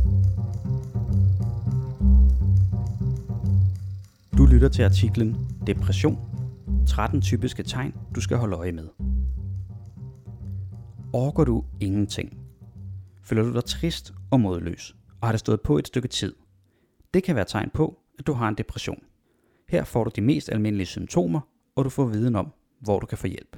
Du lytter til artiklen Depression. 13 typiske tegn, du skal holde øje med. Orker du ingenting? Føler du dig trist og modløs, og har det stået på et stykke tid? Det kan være tegn på, at du har en depression. Her får du de mest almindelige symptomer, og du får viden om, hvor du kan få hjælp.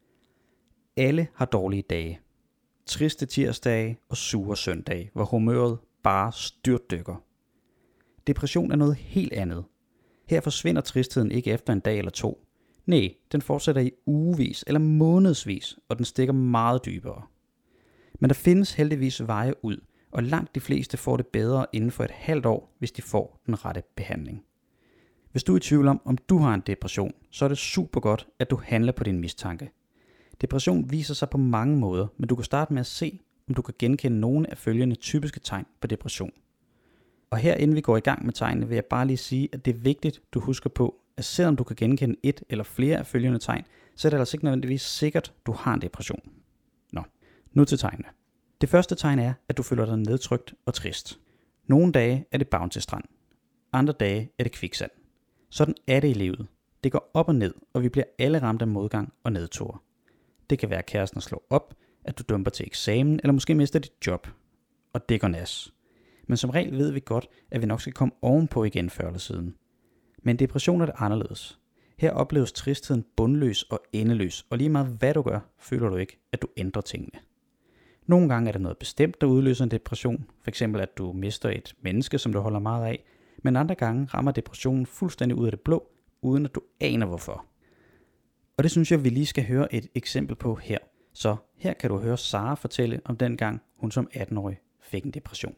Alle har dårlige dage. Triste tirsdage og sure søndage, hvor humøret bare styrtdykker. Depression er noget helt andet. Her forsvinder tristheden ikke efter en dag eller to. Nej, den fortsætter i ugevis eller månedsvis, og den stikker meget dybere. Men der findes heldigvis veje ud, og langt de fleste får det bedre inden for et halvt år, hvis de får den rette behandling. Hvis du er i tvivl om du har en depression, så er det super godt, at du handler på din mistanke. Depression viser sig på mange måder, men du kan starte med at se, om du kan genkende nogle af følgende typiske tegn på depression. Og her inden vi går i gang med tegnene, vil jeg bare lige sige, at det er vigtigt, du husker på, at selvom du kan genkende et eller flere af følgende tegn, så er det altså ikke nødvendigvis sikkert, du har en depression. Nu til tegnene. Det første tegn er, at du føler dig nedtrykt og trist. Nogle dage er det bounty-strand. Andre dage er det kviksand. Sådan er det i livet. Det går op og ned, og vi bliver alle ramt af modgang og nedture. Det kan være, at kæresten slår op, at du dumper til eksamen, eller måske mister dit job. Og det går nas. Men som regel ved vi godt, at vi nok skal komme ovenpå igen før eller siden. Men depression er det anderledes. Her opleves tristheden bundløs og endeløs, og lige meget hvad du gør, føler du ikke, at du ændrer tingene. Nogle gange er der noget bestemt, der udløser en depression, f.eks. at du mister et menneske, som du holder meget af, men andre gange rammer depressionen fuldstændig ud af det blå, uden at du aner hvorfor. Og det synes jeg, vi lige skal høre et eksempel på her. Så her kan du høre Sara fortælle om den gang, hun som 18-årig fik en depression.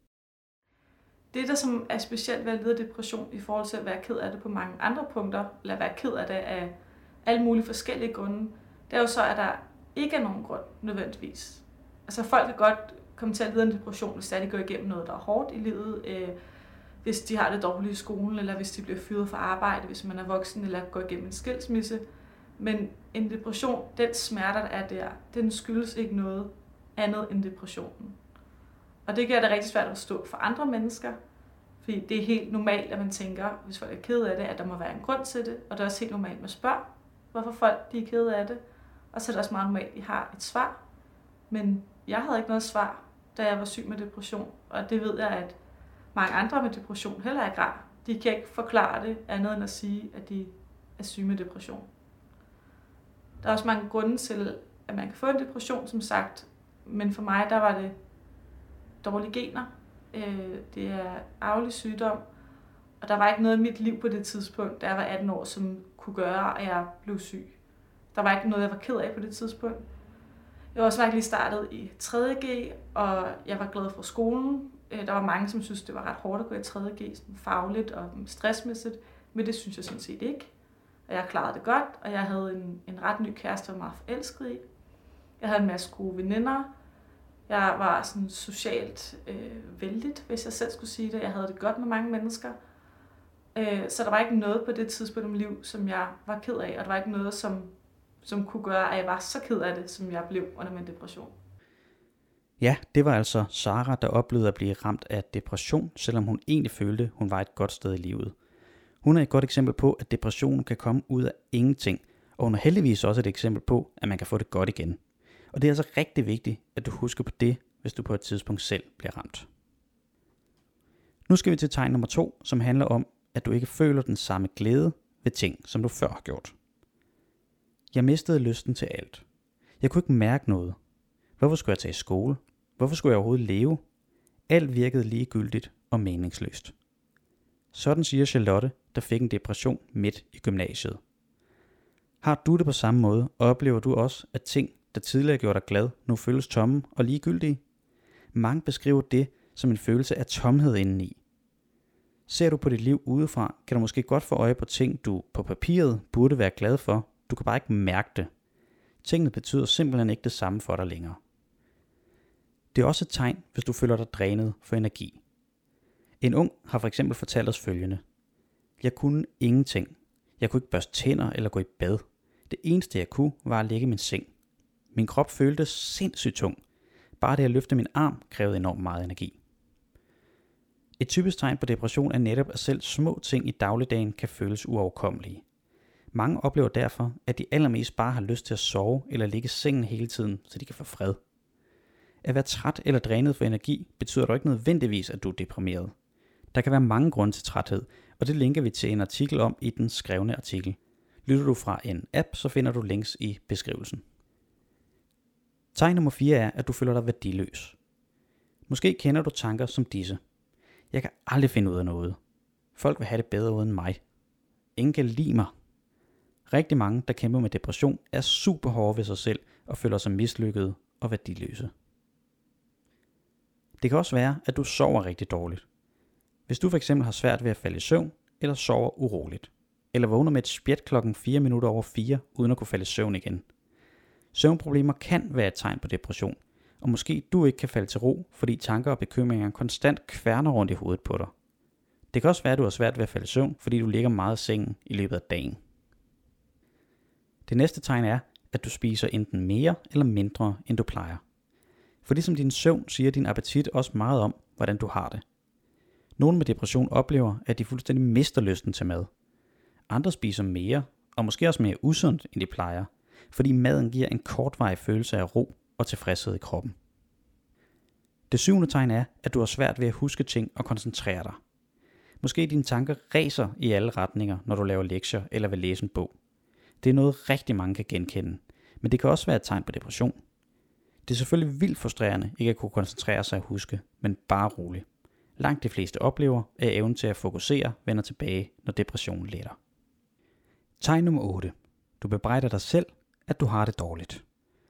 Det, der som er specielt ved at lide af depression i forhold til at være ked af det på mange andre punkter, eller være ked af det af alle mulige forskellige grunde, det er jo så, at der ikke er nogen grund nødvendigvis. Altså folk kan godt komme til at lide af en depression, hvis de går igennem noget, der er hårdt i livet, hvis de har det dårligt i skolen, eller hvis de bliver fyret fra arbejde, hvis man er voksen, eller går igennem en skilsmisse. Men en depression, den smerte, der er der, den skyldes ikke noget andet end depressionen. Og det gør det rigtig svært at forstå for andre mennesker, fordi det er helt normalt, at man tænker, hvis folk er ked af det, at der må være en grund til det, og det er også helt normalt, at man spørger, hvorfor folk de er kede af det. Og så er det også meget normalt, at de har et svar. Men jeg havde ikke noget svar, da jeg var syg med depression, og det ved jeg, at mange andre med depression heller ikke har. De kan ikke forklare det andet end at sige, at de er syge med depression. Der er også mange grunde til, at man kan få en depression, som sagt, men for mig der var det dårlige gener. Det er arvelig sygdom, og der var ikke noget i mit liv på det tidspunkt, da jeg var 18 år, som kunne gøre, at jeg blev syg. Der var ikke noget, jeg var ked af på det tidspunkt. Jeg var også faktisk lige startet i 3.G, og jeg var glad for skolen. Der var mange, som synes det var ret hårdt at gå i 3.G, sådan fagligt og stressmæssigt, men det synes jeg sådan set ikke. Og jeg klarede det godt, og jeg havde en ret ny kæreste, jeg var meget forelsket i. Jeg havde en masse gode veninder. Jeg var sådan socialt vældigt, hvis jeg selv skulle sige det. Jeg havde det godt med mange mennesker. Så der var ikke noget på det tidspunkt i mit liv, som jeg var ked af, og der var ikke noget, som kunne gøre, at jeg var så ked af det, som jeg blev under min depression. Ja, det var altså Sara, der oplevede at blive ramt af depression, selvom hun egentlig følte, hun var et godt sted i livet. Hun er et godt eksempel på, at depressionen kan komme ud af ingenting, og hun er heldigvis også et eksempel på, at man kan få det godt igen. Og det er altså rigtig vigtigt, at du husker på det, hvis du på et tidspunkt selv bliver ramt. Nu skal vi til tegn nummer 2, som handler om, at du ikke føler den samme glæde ved ting, som du før har gjort. Jeg mistede lysten til alt. Jeg kunne ikke mærke noget. Hvorfor skulle jeg tage i skole? Hvorfor skulle jeg overhovedet leve? Alt virkede ligegyldigt og meningsløst. Sådan siger Charlotte, der fik en depression midt i gymnasiet. Har du det på samme måde, og oplever du også, at ting, der tidligere gjorde dig glad, nu føles tomme og ligegyldige? Mange beskriver det som en følelse af tomhed indeni. Ser du på dit liv udefra, kan du måske godt få øje på ting, du på papiret burde være glad for. Du kan bare ikke mærke det. Tingene betyder simpelthen ikke det samme for dig længere. Det er også et tegn, hvis du føler dig drænet for energi. En ung har for eksempel fortalt os følgende. Jeg kunne ingenting. Jeg kunne ikke børste tænder eller gå i bad. Det eneste jeg kunne, var at ligge i min seng. Min krop føltes sindssygt tung. Bare det at løfte min arm krævede enormt meget energi. Et typisk tegn på depression er netop, at selv små ting i dagligdagen kan føles uoverkommelige. Mange oplever derfor, at de allermest bare har lyst til at sove eller ligge i sengen hele tiden, så de kan få fred. At være træt eller drænet for energi betyder dog ikke nødvendigvis, at du er deprimeret. Der kan være mange grunde til træthed, og det linker vi til en artikel om i den skrevne artikel. Lytter du fra en app, så finder du links i beskrivelsen. Tegn nummer 4 er, at du føler dig værdiløs. Måske kender du tanker som disse. Jeg kan aldrig finde ud af noget. Folk vil have det bedre uden mig. Ingen kan lide mig. Rigtig mange, der kæmper med depression, er super hårde ved sig selv og føler sig mislykkede og værdiløse. Det kan også være, at du sover rigtig dårligt. Hvis du f.eks. har svært ved at falde i søvn, eller sover uroligt, eller vågner med et spjæt klokken 4:04, uden at kunne falde i søvn igen. Søvnproblemer kan være et tegn på depression, og måske du ikke kan falde til ro, fordi tanker og bekymringer konstant kværner rundt i hovedet på dig. Det kan også være, at du har svært ved at falde i søvn, fordi du ligger meget i sengen i løbet af dagen. Det næste tegn er, at du spiser enten mere eller mindre, end du plejer. For ligesom din søvn siger din appetit også meget om, hvordan du har det. Nogle med depression oplever, at de fuldstændig mister lysten til mad. Andre spiser mere, og måske også mere usundt, end de plejer, fordi maden giver en kortvarig følelse af ro og tilfredshed i kroppen. Det 7. tegn er, at du har svært ved at huske ting og koncentrere dig. Måske dine tanker ræser i alle retninger, når du laver lektier eller vil læse en bog. Det er noget rigtig mange kan genkende, men det kan også være et tegn på depression. Det er selvfølgelig vildt frustrerende ikke at kunne koncentrere sig og huske, men bare rolig. Langt de fleste oplever, at evnen til at fokusere vender tilbage, når depressionen letter. Tegn nummer 8. Du bebrejder dig selv, at du har det dårligt.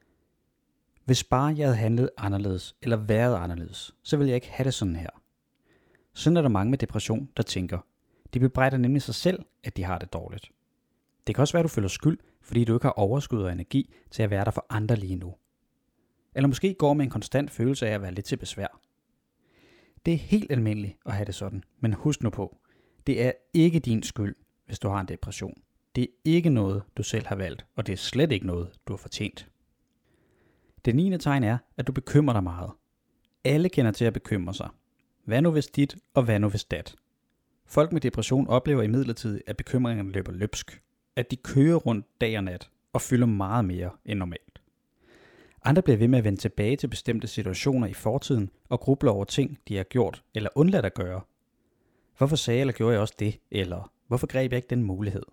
Hvis bare jeg havde handlet anderledes eller været anderledes, så ville jeg ikke have det sådan her. Sådan er der mange med depression, der tænker. De bebrejder nemlig sig selv, at de har det dårligt. Det kan også være, at du føler skyld, fordi du ikke har overskud og energi til at være der for andre lige nu. Eller måske går med en konstant følelse af at være lidt til besvær. Det er helt almindeligt at have det sådan, men husk nu på, det er ikke din skyld, hvis du har en depression. Det er ikke noget, du selv har valgt, og det er slet ikke noget, du har fortjent. Det 9. tegn er, at du bekymrer dig meget. Alle kender til at bekymre sig. Hvad nu hvis dit, og hvad nu hvis dat? Folk med depression oplever imidlertid, at bekymringerne løber løbsk. At de kører rundt dag og nat, og fylder meget mere end normalt. Andre bliver ved med at vende tilbage til bestemte situationer i fortiden, og grubler over ting, de har gjort eller undladt at gøre. Hvorfor sagde eller gjorde jeg også det, eller hvorfor greb jeg ikke den mulighed?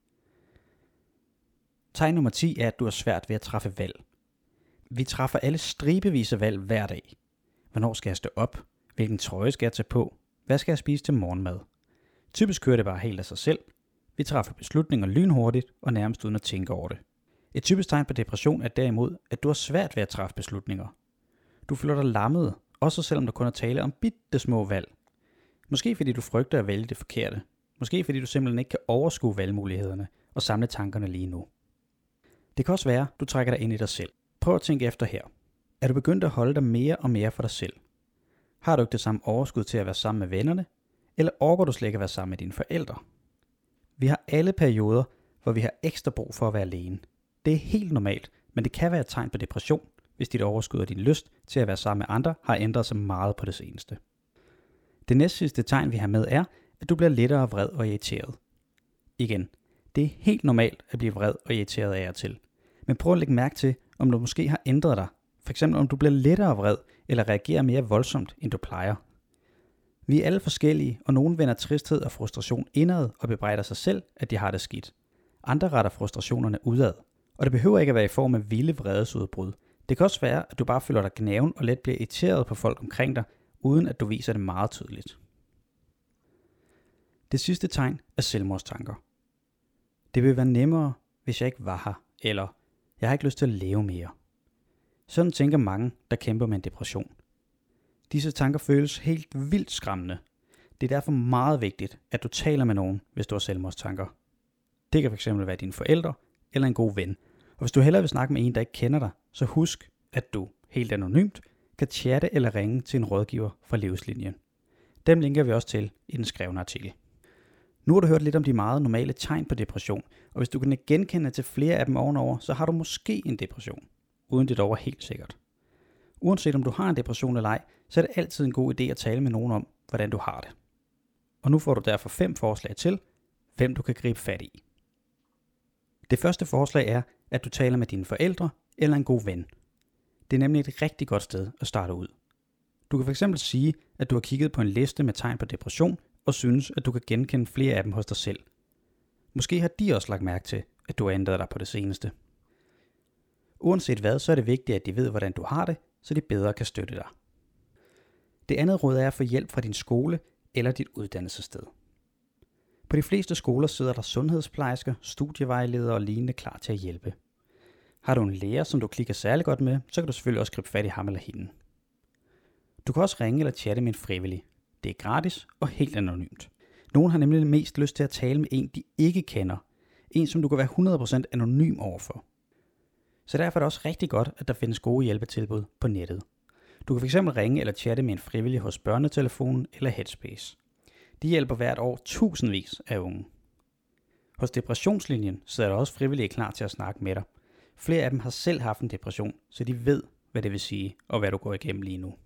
Tegn nummer 10 er, at du har svært ved at træffe valg. Vi træffer alle stribevis af valg hver dag. Hvornår skal jeg stå op? Hvilken trøje skal jeg tage på? Hvad skal jeg spise til morgenmad? Typisk kører det bare helt af sig selv. Vi træffer beslutninger lynhurtigt og nærmest uden at tænke over det. Et typisk tegn på depression er derimod, at du har svært ved at træffe beslutninger. Du føler dig lammet, også selvom der kun er tale om bitte små valg. Måske fordi du frygter at vælge det forkerte. Måske fordi du simpelthen ikke kan overskue valgmulighederne og samle tankerne lige nu. Det kan også være, at du trækker dig ind i dig selv. Prøv at tænke efter her. Er du begyndt at holde dig mere og mere for dig selv? Har du ikke det samme overskud til at være sammen med vennerne? Eller orker du slet ikke at være sammen med dine forældre? Vi har alle perioder, hvor vi har ekstra brug for at være alene. Det er helt normalt, men det kan være et tegn på depression, hvis dit overskud og din lyst til at være sammen med andre har ændret sig meget på det seneste. Det næstsidste tegn, vi har med, er, at du bliver lettere vred og irriteret. Igen, det er helt normalt at blive vred og irriteret af og til. Men prøv at lægge mærke til, om du måske har ændret dig. F.eks. om du bliver lettere vred eller reagerer mere voldsomt, end du plejer. Vi er alle forskellige, og nogen vender tristhed og frustration indad og bebrejder sig selv, at de har det skidt. Andre retter frustrationerne udad. Og det behøver ikke at være i form af vilde vredesudbrud. Det kan også være, at du bare føler dig gnaven og let bliver irriteret på folk omkring dig, uden at du viser det meget tydeligt. Det sidste tegn er selvmordstanker. Det vil være nemmere, hvis jeg ikke var her, eller jeg har ikke lyst til at leve mere. Sådan tænker mange, der kæmper med en depression. Disse tanker føles helt vildt skræmmende. Det er derfor meget vigtigt, at du taler med nogen, hvis du har selvmordstanker. Det kan fx være dine forældre eller en god ven. Og hvis du hellere vil snakke med en, der ikke kender dig, så husk, at du helt anonymt kan chatte eller ringe til en rådgiver fra Livslinjen. Dem linker vi også til i den skrevne artikel. Nu har du hørt lidt om de meget normale tegn på depression, og hvis du kan genkende til flere af dem ovenover, så har du måske en depression, uden det dog er helt sikkert. Uanset om du har en depression eller ej, så er det altid en god idé at tale med nogen om, hvordan du har det. Og nu får du derfor 5 forslag til, hvem du kan gribe fat i. Det første forslag er, at du taler med dine forældre eller en god ven. Det er nemlig et rigtig godt sted at starte ud. Du kan fx sige, at du har kigget på en liste med tegn på depression, og synes, at du kan genkende flere af dem hos dig selv. Måske har de også lagt mærke til, at du har ændret dig på det seneste. Uanset hvad, så er det vigtigt, at de ved, hvordan du har det, så de bedre kan støtte dig. Det andet råd er at få hjælp fra din skole eller dit uddannelsessted. På de fleste skoler sidder der sundhedsplejersker, studievejledere og lignende klar til at hjælpe. Har du en lærer, som du klikker særlig godt med, så kan du selvfølgelig også gribe fat i ham eller hende. Du kan også ringe eller chatte med en frivillig. Det er gratis og helt anonymt. Nogle har nemlig mest lyst til at tale med en, de ikke kender. En, som du kan være 100% anonym overfor. Så derfor er det også rigtig godt, at der findes gode hjælpetilbud på nettet. Du kan fx ringe eller chatte med en frivillig hos Børnetelefonen eller Headspace. De hjælper hvert år tusindvis af unge. Hos Depressionslinjen sidder der også frivillige klar til at snakke med dig. Flere af dem har selv haft en depression, så de ved, hvad det vil sige og hvad du går igennem lige nu.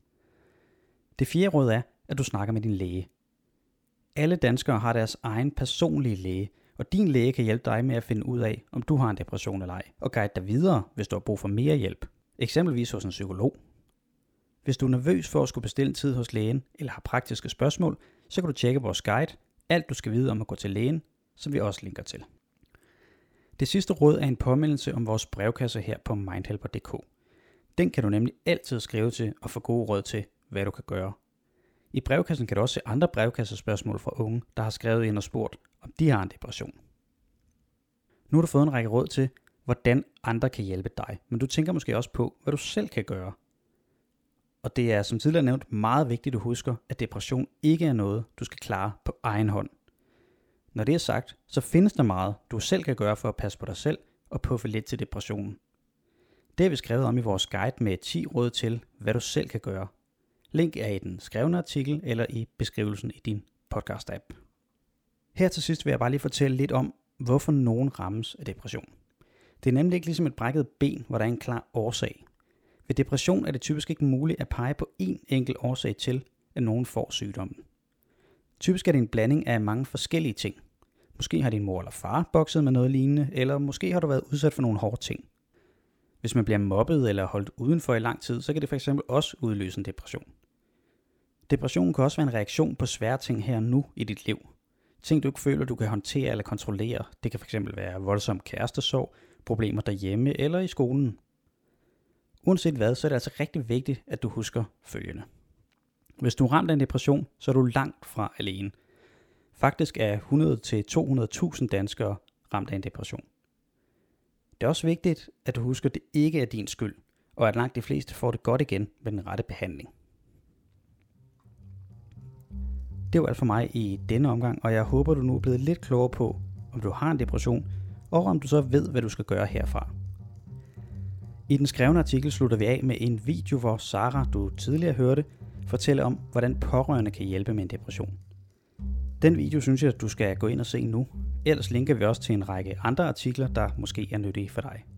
Det fjerde råd er, at du snakker med din læge. Alle danskere har deres egen personlige læge, og din læge kan hjælpe dig med at finde ud af, om du har en depression eller ej, og guide dig videre, hvis du har brug for mere hjælp. Eksempelvis hos en psykolog. Hvis du er nervøs for at skulle bestille en tid hos lægen, eller har praktiske spørgsmål, så kan du tjekke vores guide, alt du skal vide om at gå til lægen, som vi også linker til. Det sidste råd er en påmindelse om vores brevkasse her på mindhelper.dk. Den kan du nemlig altid skrive til og få gode råd til, hvad du kan gøre. I brevkassen kan du også se andre brevkassespørgsmål fra unge, der har skrevet ind og spurgt, om de har en depression. Nu har du fået en række råd til, hvordan andre kan hjælpe dig, men du tænker måske også på, hvad du selv kan gøre. Og det er som tidligere nævnt meget vigtigt, at du husker, at depression ikke er noget, du skal klare på egen hånd. Når det er sagt, så findes der meget, du selv kan gøre for at passe på dig selv og puffe lidt til depressionen. Det har vi skrevet om i vores guide med 10 råd til, hvad du selv kan gøre. Link er i den skrevne artikel eller i beskrivelsen i din podcast-app. Her til sidst vil jeg bare lige fortælle lidt om, hvorfor nogen rammes af depression. Det er nemlig ikke ligesom et brækket ben, hvor der er en klar årsag. Ved depression er det typisk ikke muligt at pege på én enkelt årsag til, at nogen får sygdommen. Typisk er det en blanding af mange forskellige ting. Måske har din mor eller far bokset med noget lignende, eller måske har du været udsat for nogle hårde ting. Hvis man bliver mobbet eller holdt udenfor i lang tid, så kan det fx også udløse en depression. Depression kan også være en reaktion på svære ting her og nu i dit liv. Ting du ikke føler, du kan håndtere eller kontrollere. Det kan fx være voldsom kærestesorg, problemer derhjemme eller i skolen. Uanset hvad, så er det altså rigtig vigtigt, at du husker følgende. Hvis du er ramt af en depression, så er du langt fra alene. Faktisk er 100-200.000 danskere ramt af en depression. Det er også vigtigt, at du husker, at det ikke er din skyld, og at langt de fleste får det godt igen med den rette behandling. Det var alt for mig i denne omgang, og jeg håber, du nu er blevet lidt klogere på, om du har en depression, og om du så ved, hvad du skal gøre herfra. I den skrevne artikel slutter vi af med en video, hvor Sara, du tidligere hørte, fortæller om, hvordan pårørende kan hjælpe med en depression. Den video synes jeg, at du skal gå ind og se nu. Ellers linker vi også til en række andre artikler, der måske er nyttige for dig.